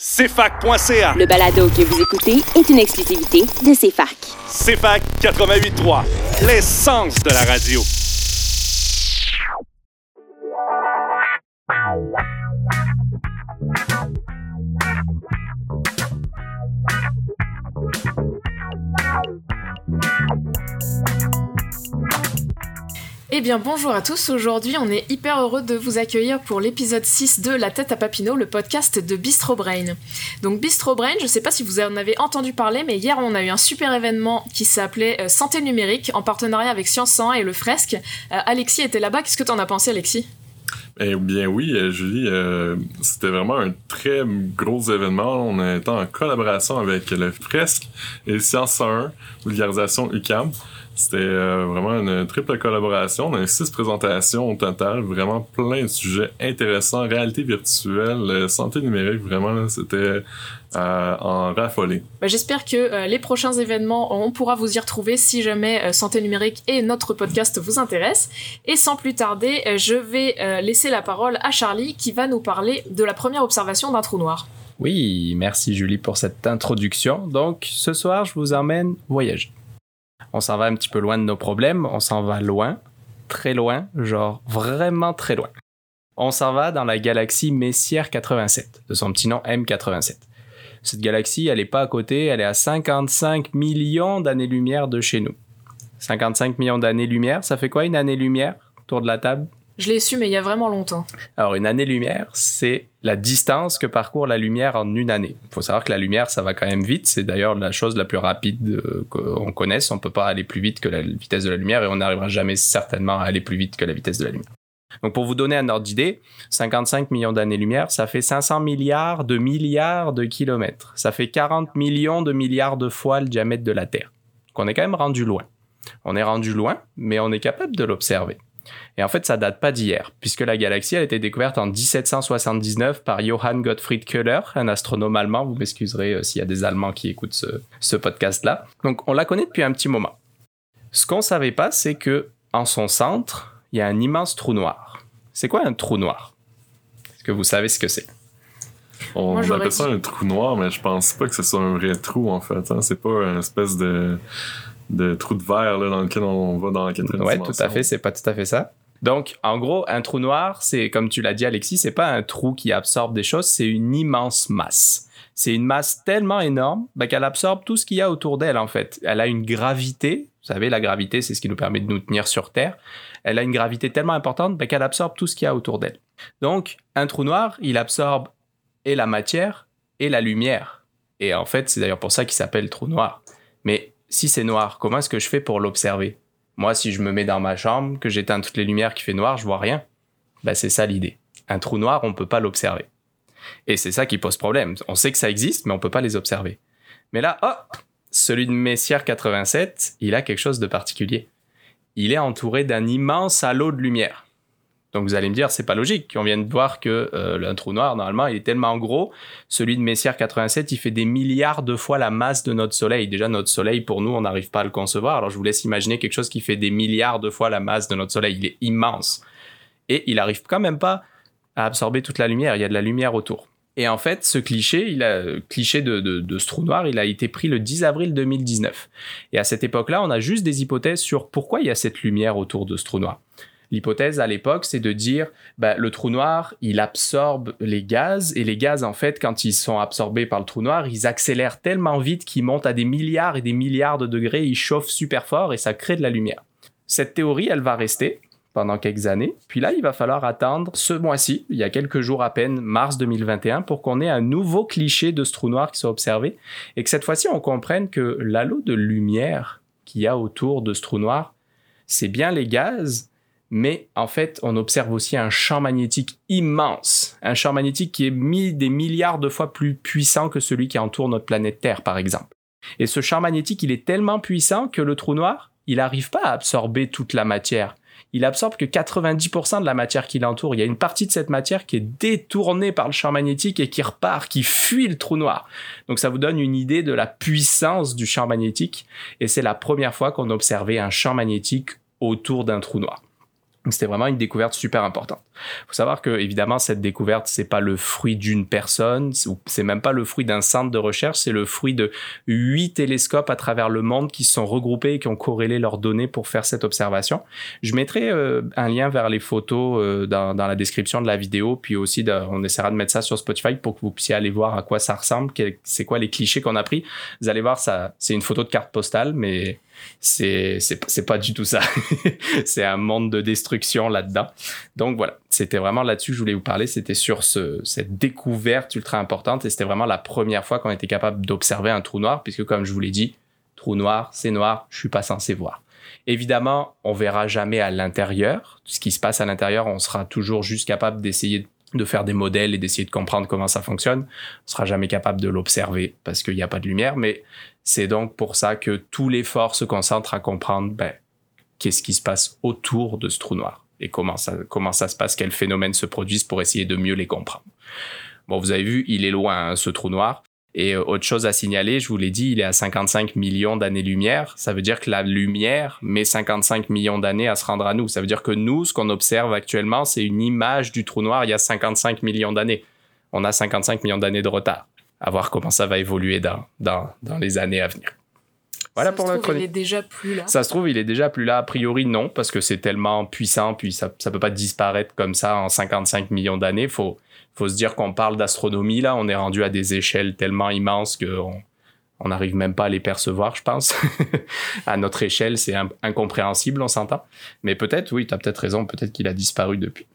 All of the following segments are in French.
CFAC.ca. Le balado que vous écoutez est une exclusivité de CFAC. CFAC 88.3, l'essence de la radio. Eh bien bonjour à tous, aujourd'hui on est hyper heureux de vous accueillir pour l'épisode 6 de La tête à Papineau, le podcast de Bistro Brain. Donc Bistro Brain, je sais pas si vous en avez entendu parler, mais hier on a eu un super événement qui s'appelait Santé numérique en partenariat avec Science 101 et le Fresque. Alexis était là-bas, qu'est-ce que t'en as pensé Alexis ? Eh bien oui, Julie, c'était vraiment un très gros événement. On était en collaboration avec le Fresque et Science 101, vulgarisation UQAM. C'était vraiment une triple collaboration. On a eu 6 présentations au total, vraiment plein de sujets intéressants, réalité virtuelle, santé numérique, vraiment, là, c'était en raffolé. J'espère que les prochains événements, on pourra vous y retrouver si jamais santé numérique et notre podcast vous intéressent. Et sans plus tarder, je vais laisser la parole à Charlie qui va nous parler de la première observation d'un trou noir. Oui, merci Julie pour cette introduction. Donc, ce soir, je vous emmène voyager. On s'en va un petit peu loin de nos problèmes, on s'en va loin, très loin, genre vraiment très loin. On s'en va dans la galaxie Messier 87, de son petit nom M87. Cette galaxie, elle n'est pas à côté, elle est à 55 millions d'années-lumière de chez nous. 55 millions d'années-lumière, ça fait quoi une année-lumière, autour de la table ? Je l'ai su, mais il y a vraiment longtemps. Alors, une année-lumière, c'est la distance que parcourt la lumière en une année. Il faut savoir que la lumière, ça va quand même vite. C'est d'ailleurs la chose la plus rapide qu'on connaisse. On ne peut pas aller plus vite que la vitesse de la lumière et on n'arrivera jamais certainement à aller plus vite que la vitesse de la lumière. Donc, pour vous donner un ordre d'idée, 55 millions d'années-lumière, ça fait 500 milliards de kilomètres. Ça fait 40 millions de milliards de fois le diamètre de la Terre. Donc, on est quand même rendu loin. On est rendu loin, mais on est capable de l'observer. Et en fait, ça date pas d'hier, puisque la galaxie a été découverte en 1779 par Johann Gottfried Köhler, un astronome allemand. Vous m'excuserez s'il y a des Allemands qui écoutent ce podcast-là. Donc, on la connaît depuis un petit moment. Ce qu'on savait pas, c'est que en son centre, il y a un immense trou noir. C'est quoi un trou noir ? Est-ce que vous savez ce que c'est ? On appelle ça un trou noir, mais je pense pas que ce soit un vrai trou, en fait. Hein? C'est pas une espèce de trou de verre là, dans lequel on va dans la quatrième dimension. Ouais, tout à fait, c'est pas tout à fait ça. Donc, en gros, un trou noir, c'est, comme tu l'as dit Alexis, c'est pas un trou qui absorbe des choses, c'est une immense masse. C'est une masse tellement énorme qu'elle absorbe tout ce qu'il y a autour d'elle, en fait. Elle a une gravité, vous savez, la gravité, c'est ce qui nous permet de nous tenir sur Terre. Elle a une gravité tellement importante qu'elle absorbe tout ce qu'il y a autour d'elle. Donc, un trou noir, il absorbe et la matière et la lumière. Et en fait, c'est d'ailleurs pour ça qu'il s'appelle trou noir. Mais si c'est noir, comment est-ce que je fais pour l'observer ? Moi, si je me mets dans ma chambre, que j'éteins toutes les lumières qui fait noir, je vois rien. C'est ça l'idée. Un trou noir, on peut pas l'observer. Et c'est ça qui pose problème. On sait que ça existe, mais on peut pas les observer. Mais là, celui de Messier 87, il a quelque chose de particulier. Il est entouré d'un immense halo de lumière. Donc vous allez me dire, c'est pas logique. On vient de voir que un trou noir, normalement, il est tellement gros. Celui de Messier 87, il fait des milliards de fois la masse de notre Soleil. Déjà, notre Soleil, pour nous, on n'arrive pas à le concevoir. Alors je vous laisse imaginer quelque chose qui fait des milliards de fois la masse de notre Soleil. Il est immense. Et il n'arrive quand même pas à absorber toute la lumière. Il y a de la lumière autour. Et en fait, ce cliché, cliché de ce trou noir, il a été pris le 10 avril 2019. Et à cette époque-là, on a juste des hypothèses sur pourquoi il y a cette lumière autour de ce trou noir. L'hypothèse à l'époque, c'est de dire le trou noir, il absorbe les gaz et les gaz, en fait, quand ils sont absorbés par le trou noir, ils accélèrent tellement vite qu'ils montent à des milliards et des milliards de degrés, ils chauffent super fort et ça crée de la lumière. Cette théorie, elle va rester pendant quelques années. Puis là, il va falloir attendre ce mois-ci, il y a quelques jours à peine, mars 2021, pour qu'on ait un nouveau cliché de ce trou noir qui soit observé et que cette fois-ci, on comprenne que l'halo de lumière qu'il y a autour de ce trou noir, c'est bien les gaz, mais en fait, on observe aussi un champ magnétique immense, un champ magnétique qui est des milliards de fois plus puissant que celui qui entoure notre planète Terre, par exemple. Et ce champ magnétique, il est tellement puissant que le trou noir, il n'arrive pas à absorber toute la matière. Il absorbe que 90% de la matière qui l'entoure. Il y a une partie de cette matière qui est détournée par le champ magnétique et qui repart, qui fuit le trou noir. Donc ça vous donne une idée de la puissance du champ magnétique. Et c'est la première fois qu'on observait un champ magnétique autour d'un trou noir. C'était vraiment une découverte super importante. Il faut savoir que, évidemment, cette découverte, c'est pas le fruit d'une personne, c'est même pas le fruit d'un centre de recherche, c'est le fruit de 8 télescopes à travers le monde qui se sont regroupés et qui ont corrélé leurs données pour faire cette observation. Je mettrai un lien vers les photos dans la description de la vidéo, puis aussi, on essaiera de mettre ça sur Spotify pour que vous puissiez aller voir à quoi ça ressemble, c'est quoi les clichés qu'on a pris. Vous allez voir, ça, c'est une photo de carte postale, mais c'est pas du tout ça. C'est un monde de destruction là-dedans. Donc voilà, c'était vraiment là-dessus que je voulais vous parler. C'était sur cette découverte ultra importante et c'était vraiment la première fois qu'on était capable d'observer un trou noir puisque comme je vous l'ai dit, trou noir, c'est noir, je suis pas censé voir. Évidemment, on verra jamais à l'intérieur. Ce qui se passe à l'intérieur, on sera toujours juste capable d'essayer de faire des modèles et d'essayer de comprendre comment ça fonctionne. On sera jamais capable de l'observer parce qu'il n'y a pas de lumière, mais c'est donc pour ça que tout l'effort se concentre à comprendre qu'est-ce qui se passe autour de ce trou noir et comment ça se passe, quels phénomènes se produisent pour essayer de mieux les comprendre. Bon, vous avez vu, il est loin, hein, ce trou noir. Et autre chose à signaler, je vous l'ai dit, il est à 55 millions d'années-lumière. Ça veut dire que la lumière met 55 millions d'années à se rendre à nous. Ça veut dire que nous, ce qu'on observe actuellement, c'est une image du trou noir il y a 55 millions d'années. On a 55 millions d'années de retard. À voir comment ça va évoluer dans les années à venir. Voilà pour la chronique. Il est déjà plus là. Ça se trouve, il est déjà plus là. A priori, non, parce que c'est tellement puissant, puis ça peut pas disparaître comme ça en 55 millions d'années. Faut se dire qu'on parle d'astronomie, là. On est rendu à des échelles tellement immenses qu'on n'arrive même pas à les percevoir, je pense. À notre échelle, c'est incompréhensible, on s'entend. Mais peut-être, oui, tu as peut-être raison, peut-être qu'il a disparu depuis.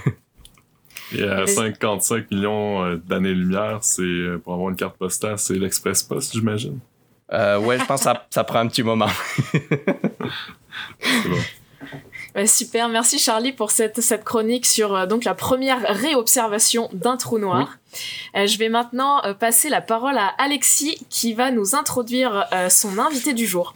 Et à 55 millions d'années-lumière, c'est pour avoir une carte postale, c'est l'Express Post, j'imagine. Ouais, je pense que ça prend un petit moment. C'est bon. Super, merci Charlie pour cette chronique sur donc la première réobservation d'un trou noir. Oui. Je vais maintenant passer la parole à Alexis qui va nous introduire son invité du jour.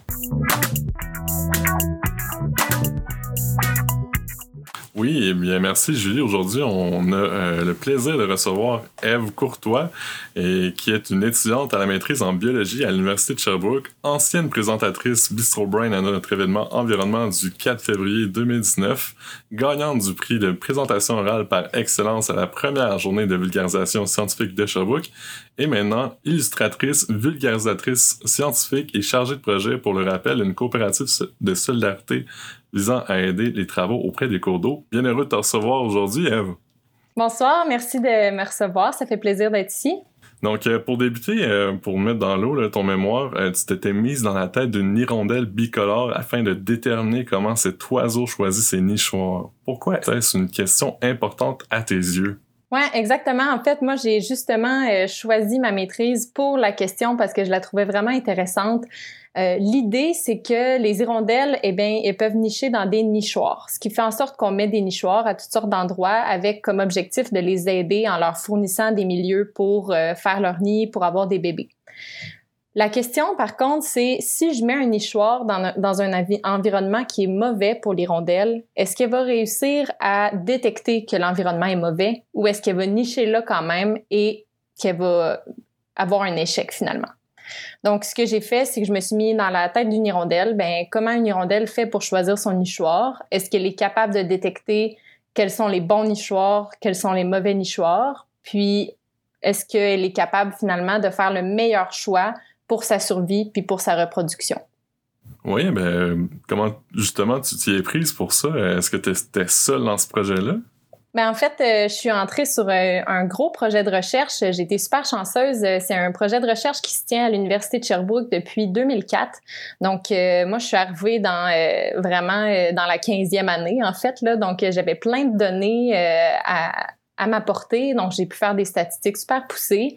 Oui, eh bien, merci Julie. Aujourd'hui, on a le plaisir de recevoir Ève Courtois, qui est une étudiante à la maîtrise en biologie à l'Université de Sherbrooke, ancienne présentatrice Bistro Brain à notre événement environnement du 4 février 2019, gagnante du prix de présentation orale par excellence à la première journée de vulgarisation scientifique de Sherbrooke, et maintenant illustratrice, vulgarisatrice scientifique et chargée de projet pour le rappel d'une coopérative de solidarité visant à aider les travaux auprès des cours d'eau. Bien heureux de te recevoir aujourd'hui, Ève. Bonsoir, merci de me recevoir. Ça fait plaisir d'être ici. Donc, pour débuter, pour mettre dans l'eau là, ton mémoire, tu t'étais mise dans la tête d'une hirondelle bicolore afin de déterminer comment cet oiseau choisit ses nichoirs. Pourquoi est-ce une question importante à tes yeux? Oui, exactement. En fait, moi, j'ai justement choisi ma maîtrise pour la question parce que je la trouvais vraiment intéressante. L'idée, c'est que les hirondelles, elles peuvent nicher dans des nichoirs, ce qui fait en sorte qu'on met des nichoirs à toutes sortes d'endroits avec comme objectif de les aider en leur fournissant des milieux pour faire leur nid, pour avoir des bébés. La question, par contre, c'est si je mets un nichoir dans un environnement qui est mauvais pour l'hirondelle, est-ce qu'elle va réussir à détecter que l'environnement est mauvais ou est-ce qu'elle va nicher là quand même et qu'elle va avoir un échec finalement? Donc, ce que j'ai fait, c'est que je me suis mis dans la tête d'une hirondelle. Comment une hirondelle fait pour choisir son nichoir? Est-ce qu'elle est capable de détecter quels sont les bons nichoirs, quels sont les mauvais nichoirs? Puis, est-ce qu'elle est capable finalement de faire le meilleur choix pour sa survie puis pour sa reproduction? Oui, comment justement tu t'y es prise pour ça? Est-ce que tu étais seule dans ce projet-là? En fait, je suis entrée sur un gros projet de recherche. J'ai été super chanceuse. C'est un projet de recherche qui se tient à l'Université de Sherbrooke depuis 2004. Donc, moi, je suis arrivée vraiment dans la 15e année, en fait. Là. Donc, j'avais plein de données à ma portée, donc j'ai pu faire des statistiques super poussées.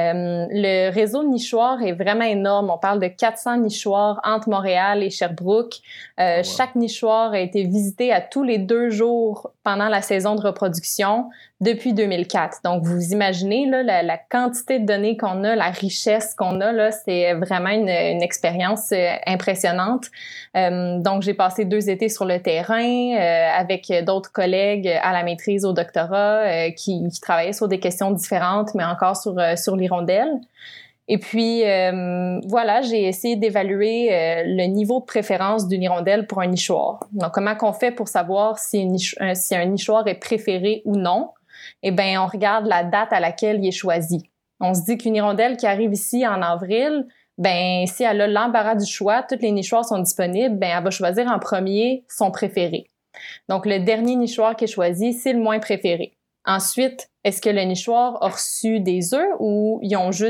Le réseau de nichoirs est vraiment énorme. On parle de 400 nichoirs entre Montréal et Sherbrooke. Wow. Chaque nichoir a été visité à tous les 2 jours pendant la saison de reproduction depuis 2004. Donc, vous imaginez là, la quantité de données qu'on a, la richesse qu'on a, là, c'est vraiment une expérience impressionnante. Donc, j'ai passé 2 étés sur le terrain avec d'autres collègues à la maîtrise, au doctorat, qui travaillaient sur des questions différentes, mais encore sur l'hirondelle. Et puis, voilà, j'ai essayé d'évaluer le niveau de préférence d'une hirondelle pour un nichoir. Donc, comment qu'on fait pour savoir si un nichoir est préféré ou non? Eh bien, on regarde la date à laquelle il est choisi. On se dit qu'une hirondelle qui arrive ici en avril, ben si elle a l'embarras du choix, tous les nichoirs sont disponibles, ben elle va choisir en premier son préféré. Donc, le dernier nichoir qui est choisi, c'est le moins préféré. Ensuite, est-ce que le nichoir a reçu des œufs ou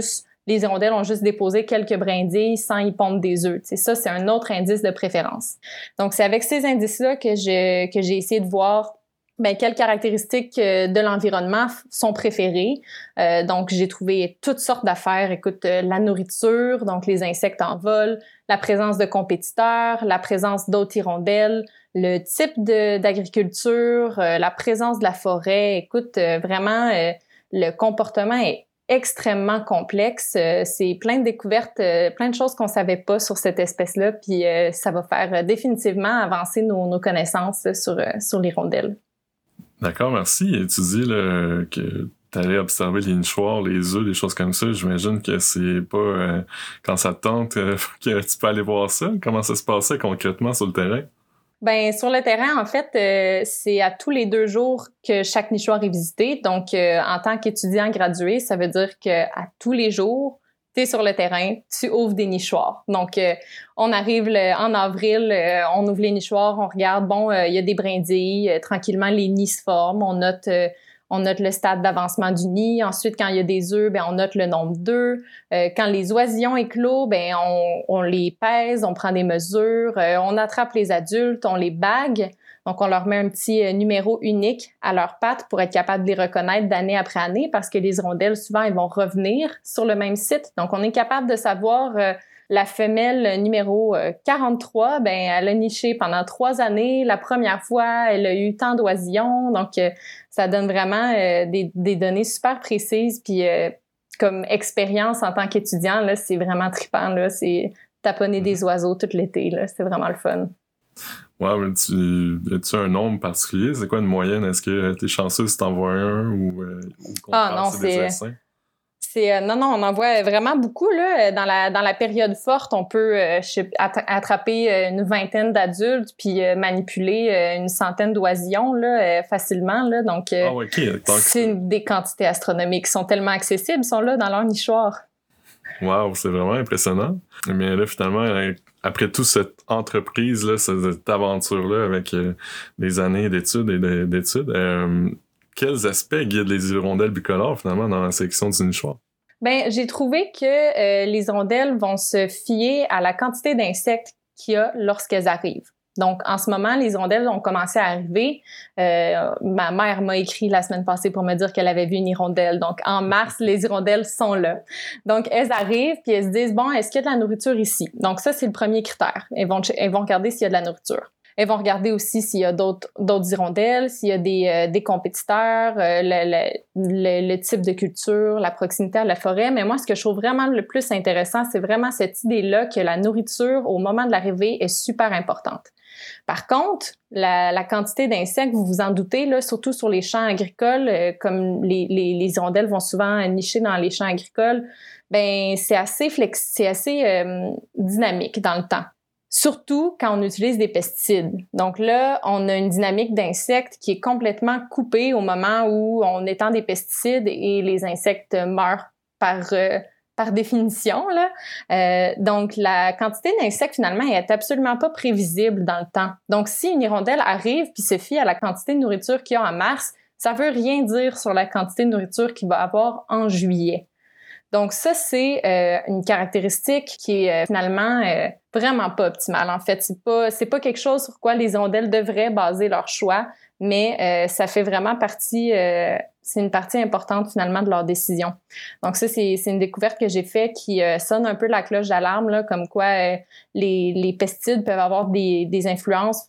les hirondelles ont juste déposé quelques brindilles sans y pondre des œufs? C'est ça, c'est un autre indice de préférence. Donc, c'est avec ces indices-là que j'ai essayé de voir quelles caractéristiques de l'environnement sont préférées. Donc, j'ai trouvé toutes sortes d'affaires. Écoute, la nourriture, donc les insectes en vol, la présence de compétiteurs, la présence d'autres hirondelles, le type d'agriculture, la présence de la forêt. Écoute, vraiment, le comportement est extrêmement complexe. C'est plein de découvertes, plein de choses qu'on savait pas sur cette espèce-là, puis ça va faire définitivement avancer nos connaissances sur l'hirondelle. D'accord, merci. Et tu dis là, que tu allais observer les nichoirs, les œufs, des choses comme ça. J'imagine que c'est pas quand ça te tente que tu peux aller voir ça. Comment ça se passait concrètement sur le terrain? Ben sur le terrain, en fait, c'est à tous les 2 jours que chaque nichoir est visité. Donc, en tant qu'étudiant gradué, ça veut dire que à tous les jours, tu es sur le terrain, tu ouvres des nichoirs. Donc, on arrive en avril, on ouvre les nichoirs, on regarde, il y a des brindilles, tranquillement, les nids se forment, on note le stade d'avancement du nid. Ensuite, quand il y a des œufs, on note le nombre d'œufs. Quand les oisillons éclosent, on les pèse, on prend des mesures, on attrape les adultes, on les bague. Donc, on leur met un petit numéro unique à leurs pattes pour être capable de les reconnaître d'année après année parce que les hirondelles, souvent, elles vont revenir sur le même site. Donc, on est capable de savoir la femelle numéro 43, elle a niché pendant 3 années. La première fois, elle a eu tant d'oisillons. Donc, ça donne vraiment des données super précises. Puis, comme expérience en tant qu'étudiant, là, c'est vraiment trippant. Là, c'est taponner des oiseaux tout l'été. Là, c'est vraiment le fun. Ouais, mais as-tu un nombre particulier? C'est quoi une moyenne? Est-ce que t'es chanceux si t'en vois un ou qu'on passe des essaims? Non, on en voit vraiment beaucoup. Là. Dans la période forte, on peut attraper une 20aine d'adultes puis manipuler une centaine d'oisillons là, facilement. Là. Donc, c'est des quantités astronomiques qui sont tellement accessibles, sont là dans leur nichoir. Wow, c'est vraiment impressionnant. Mais là, finalement, après toute cette entreprise, là, cette aventure-là avec des années d'études quels aspects guident les hirondelles bicolores, finalement, dans la sélection du nichoir? J'ai trouvé que les hirondelles vont se fier à la quantité d'insectes qu'il y a lorsqu'elles arrivent. Donc, en ce moment, les hirondelles ont commencé à arriver. Ma mère m'a écrit la semaine passée pour me dire qu'elle avait vu une hirondelle. Donc, en mars, les hirondelles sont là. Donc, elles arrivent puis elles se disent, est-ce qu'il y a de la nourriture ici? Donc, ça, c'est le premier critère. Elles vont regarder s'il y a de la nourriture. Elles vont regarder aussi s'il y a d'autres hirondelles, s'il y a des compétiteurs, le type de culture, la proximité à la forêt. Mais moi, ce que je trouve vraiment le plus intéressant, c'est vraiment cette idée-là que la nourriture, au moment de l'arrivée, est super importante. Par contre, la quantité d'insectes, vous vous en doutez, là, surtout sur les champs agricoles, comme les hirondelles vont souvent nicher dans les champs agricoles, c'est assez dynamique dans le temps. Surtout quand on utilise des pesticides. Donc là, on a une dynamique d'insectes qui est complètement coupée au moment où on étend des pesticides et les insectes meurent par définition. Là. Donc, la quantité d'insectes, finalement, est absolument pas prévisible dans le temps. Donc, si une hirondelle arrive puis se fie à la quantité de nourriture qu'il y a en mars, ça veut rien dire sur la quantité de nourriture qu'il va avoir en juillet. Donc ça, c'est une caractéristique qui est finalement vraiment pas optimale. En fait, c'est pas quelque chose sur quoi les hirondelles devraient baser leur choix, mais ça fait vraiment partie, c'est une partie importante finalement de leur décision. Donc ça, c'est une découverte que j'ai faite qui sonne un peu la cloche d'alarme, là, comme quoi les pesticides peuvent avoir des influences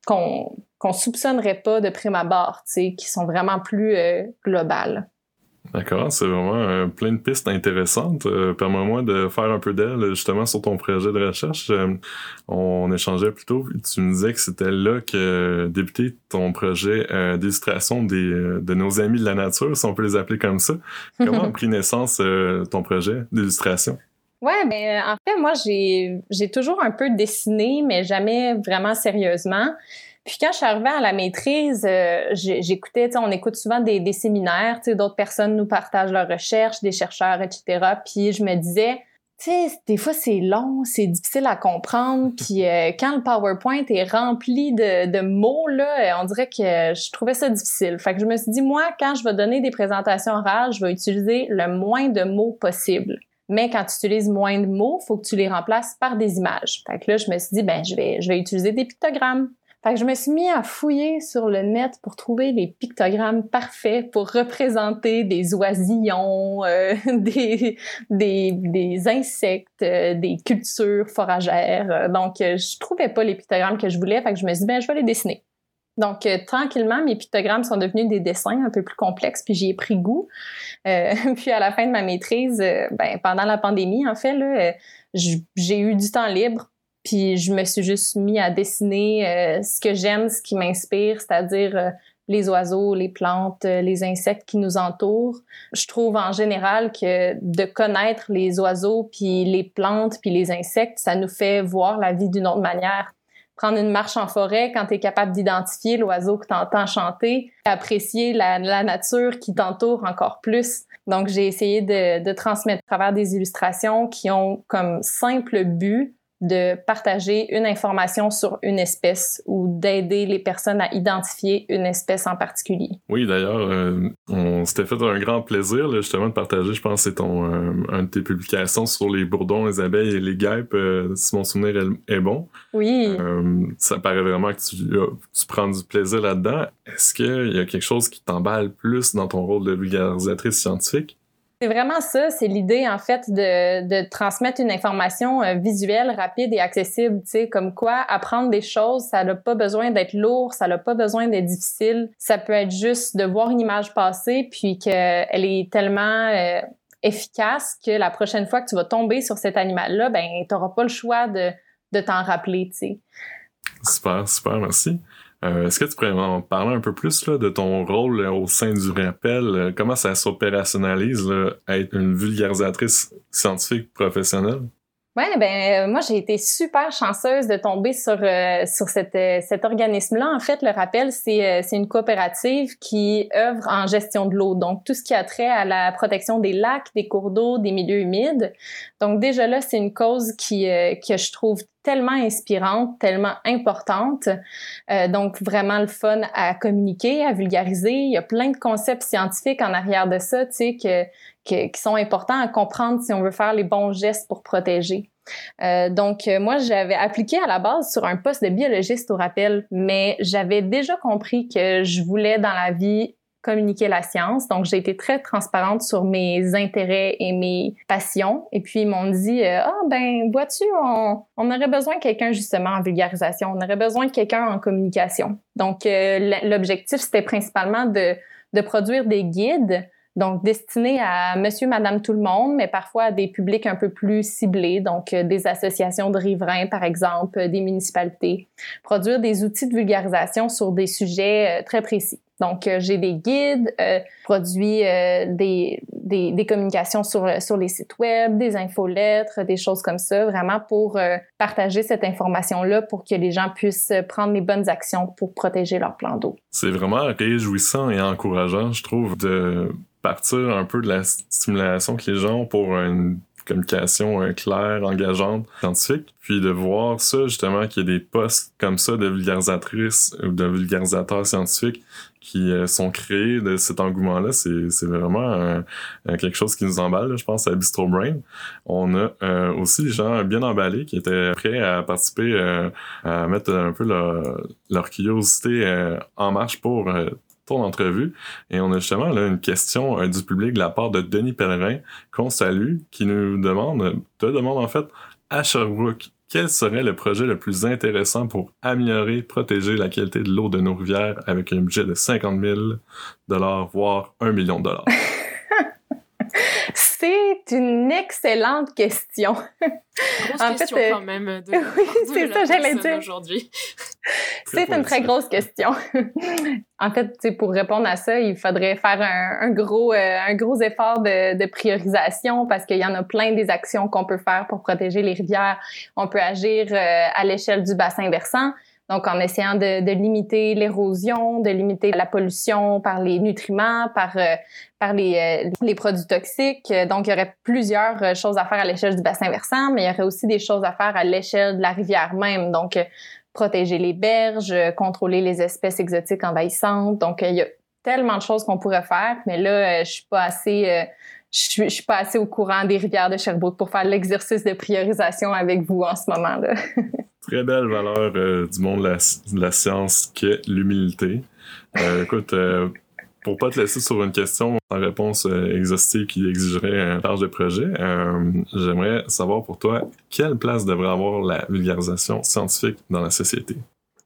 qu'on soupçonnerait pas de prime abord, tu sais, qui sont vraiment plus globales. D'accord, c'est vraiment plein de pistes intéressantes. Permets-moi de faire un peu d'aile justement sur ton projet de recherche. On échangeait plus tôt, tu me disais que c'était là que débutait ton projet d'illustration de nos amis de la nature, si on peut les appeler comme ça. Comment a pris naissance ton projet d'illustration? Ouais, ben en fait, moi, j'ai toujours un peu dessiné, mais jamais vraiment sérieusement. Puis quand je suis arrivée à la maîtrise, j'écoutais, on écoute souvent des séminaires, d'autres personnes nous partagent leurs recherches, des chercheurs, etc. Puis je me disais, des fois c'est long, c'est difficile à comprendre. Puis quand le PowerPoint est rempli de mots, là, on dirait que je trouvais ça difficile. Fait que je me suis dit, moi, quand je vais donner des présentations orales, je vais utiliser le moins de mots possible. Mais quand tu utilises moins de mots, il faut que tu les remplaces par des images. Fait que là, je me suis dit, je vais utiliser des pictogrammes. Fait que je me suis mis à fouiller sur le net pour trouver les pictogrammes parfaits pour représenter des oisillons, des insectes, des cultures foragères. Donc, je trouvais pas les pictogrammes que je voulais. Fait que je me suis dit, je vais les dessiner. Donc, tranquillement, mes pictogrammes sont devenus des dessins un peu plus complexes, puis j'y ai pris goût. Puis à la fin de ma maîtrise, pendant la pandémie, en fait, là, j'ai eu du temps libre. Puis je me suis juste mis à dessiner ce que j'aime, ce qui m'inspire, c'est-à-dire les oiseaux, les plantes, les insectes qui nous entourent. Je trouve en général que de connaître les oiseaux, puis les plantes, puis les insectes, ça nous fait voir la vie d'une autre manière. Prendre une marche en forêt quand tu es capable d'identifier l'oiseau que tu entends chanter, apprécier la nature qui t'entoure encore plus. Donc j'ai essayé de transmettre à travers des illustrations qui ont comme simple but de partager une information sur une espèce ou d'aider les personnes à identifier une espèce en particulier. Oui, d'ailleurs, on s'était fait un grand plaisir là, justement de partager, je pense c'est une de tes publications sur les bourdons, les abeilles et les guêpes, si mon souvenir est bon. Oui. Ça paraît vraiment que tu prends du plaisir là-dedans. Est-ce qu'il y a quelque chose qui t'emballe plus dans ton rôle de vulgarisatrice scientifique? C'est vraiment ça, c'est l'idée en fait de transmettre une information visuelle, rapide et accessible, tu sais, comme quoi apprendre des choses, ça n'a pas besoin d'être lourd, ça n'a pas besoin d'être difficile, ça peut être juste de voir une image passer puis qu'elle est tellement efficace que la prochaine fois que tu vas tomber sur cet animal-là, t'auras pas le choix de t'en rappeler, tu sais. Super, merci. Est-ce que tu pourrais en parler un peu plus là, de ton rôle au sein du rappel? Comment ça s'opérationnalise là, à être une vulgarisatrice scientifique professionnelle? Ouais, moi j'ai été super chanceuse de tomber sur cet organisme-là. En fait, le Rappel, c'est une coopérative qui œuvre en gestion de l'eau. Donc tout ce qui a trait à la protection des lacs, des cours d'eau, des milieux humides. Donc déjà là, c'est une cause que je trouve tellement inspirante, tellement importante. Donc vraiment le fun à communiquer, à vulgariser. Il y a plein de concepts scientifiques en arrière de ça, tu sais, qui sont importants à comprendre si on veut faire les bons gestes pour protéger. Donc moi, j'avais appliqué à la base sur un poste de biologiste au Rappel, mais j'avais déjà compris que je voulais dans la vie communiquer la science. Donc, j'ai été très transparente sur mes intérêts et mes passions. Et puis, ils m'ont dit, vois-tu, on aurait besoin de quelqu'un justement en vulgarisation. On aurait besoin de quelqu'un en communication. Donc, l'objectif, c'était principalement de produire des guides, donc destinés à monsieur, madame, tout le monde, mais parfois à des publics un peu plus ciblés, donc des associations de riverains, par exemple, des municipalités. Produire des outils de vulgarisation sur des sujets très précis. Donc, j'ai des guides, produis des communications sur les sites web, des infolettres, des choses comme ça, vraiment pour partager cette information-là pour que les gens puissent prendre les bonnes actions pour protéger leur plan d'eau. C'est vraiment réjouissant et encourageant, je trouve, de partir un peu de la stimulation que les gens ont pour une communication claire, engageante, scientifique, puis de voir ça, justement, qu'il y a des postes comme ça de vulgarisatrices ou de vulgarisateurs scientifiques qui sont créés de cet engouement-là, c'est vraiment quelque chose qui nous emballe, là, je pense, à Bistro Brain. On a aussi des gens bien emballés qui étaient prêts à participer, à mettre un peu leur curiosité en marche pour ton entrevue. Et on a justement là une question du public de la part de Denis Pellerin, qu'on salue, qui te demande en fait, à Sherbrooke, quel serait le projet le plus intéressant pour améliorer, protéger la qualité de l'eau de nos rivières avec un budget de 50 000 $, voire $1 million? C'est une excellente question. Grosse question quand même. Oui, c'est ça, j'allais dire. Aujourd'hui. C'est une très grosse question. En fait, pour répondre à ça, il faudrait faire un gros effort de priorisation parce qu'il y en a plein des actions qu'on peut faire pour protéger les rivières. On peut agir à l'échelle du bassin versant. Donc, en essayant de limiter l'érosion, de limiter la pollution par les nutriments, par les produits toxiques. Donc, il y aurait plusieurs choses à faire à l'échelle du bassin versant, mais il y aurait aussi des choses à faire à l'échelle de la rivière même. Donc, protéger les berges, contrôler les espèces exotiques envahissantes. Donc, il y a tellement de choses qu'on pourrait faire, mais là, je suis pas assez au courant des rivières de Sherbrooke pour faire l'exercice de priorisation avec vous en ce moment-là. Très belle valeur du monde de la science qu'est l'humilité. Écoute, pour pas te laisser sur une question en réponse exhaustive qui exigerait un large de projet, j'aimerais savoir pour toi, quelle place devrait avoir la vulgarisation scientifique dans la société?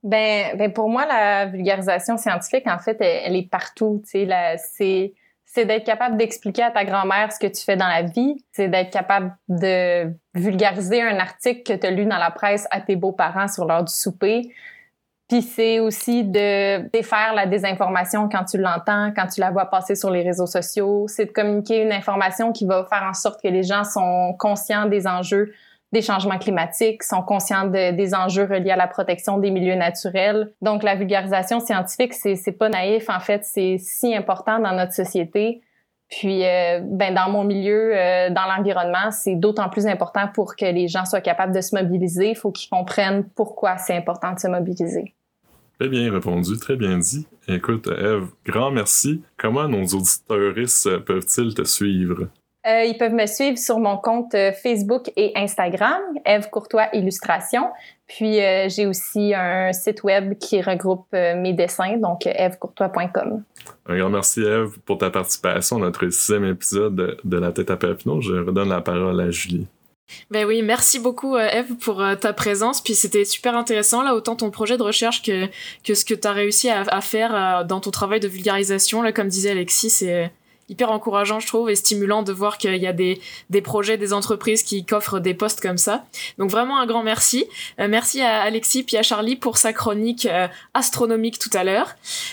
Ben pour moi, la vulgarisation scientifique, en fait, elle est partout. Tu sais, c'est d'être capable d'expliquer à ta grand-mère ce que tu fais dans la vie. C'est d'être capable de vulgariser un article que tu as lu dans la presse à tes beaux-parents sur l'heure du souper. Puis c'est aussi de défaire la désinformation quand tu l'entends, quand tu la vois passer sur les réseaux sociaux. C'est de communiquer une information qui va faire en sorte que les gens sont conscients des enjeux des changements climatiques, sont conscients des enjeux reliés à la protection des milieux naturels. Donc, la vulgarisation scientifique, c'est pas naïf, en fait, c'est si important dans notre société. Puis, dans mon milieu, dans l'environnement, c'est d'autant plus important pour que les gens soient capables de se mobiliser. Il faut qu'ils comprennent pourquoi c'est important de se mobiliser. Très bien répondu, très bien dit. Écoute, Ève, grand merci. Comment nos auditeuristes peuvent-ils te suivre? Ils peuvent me suivre sur mon compte Facebook et Instagram, Ève Courtois Illustration. Puis, j'ai aussi un site web qui regroupe mes dessins, donc evecourtois.com. Un grand merci, Ève, pour ta participation à notre 6e épisode de La Tête à Papineau. Je redonne la parole à Julie. Ben oui, merci beaucoup Ève pour ta présence, puis c'était super intéressant là, autant ton projet de recherche que ce que tu as réussi à faire dans ton travail de vulgarisation là, comme disait Alexis, c'est hyper encourageant, je trouve, et stimulant de voir qu'il y a des projets, des entreprises qui offrent des postes comme ça. Donc vraiment un grand merci. Merci à Alexis puis à Charlie pour sa chronique astronomique tout à l'heure.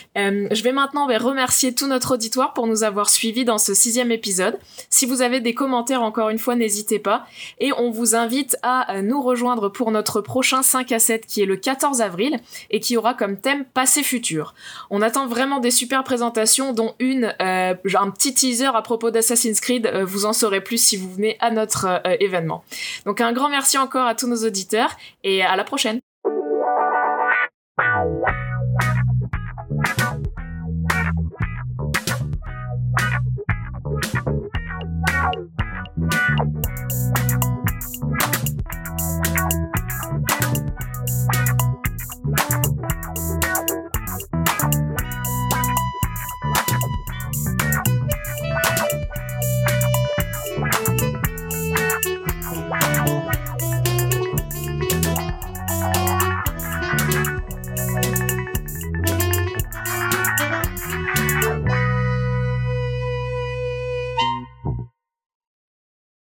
Je vais maintenant remercier tout notre auditoire pour nous avoir suivis dans ce 6e épisode. Si vous avez des commentaires, encore une fois, n'hésitez pas. Et on vous invite à nous rejoindre pour notre prochain 5 à 7 qui est le 14 avril et qui aura comme thème Passé futur. On attend vraiment des super présentations, dont un petit teaser à propos d'Assassin's Creed, vous en saurez plus si vous venez à notre événement. Donc un grand merci encore à tous nos auditeurs et à la prochaine.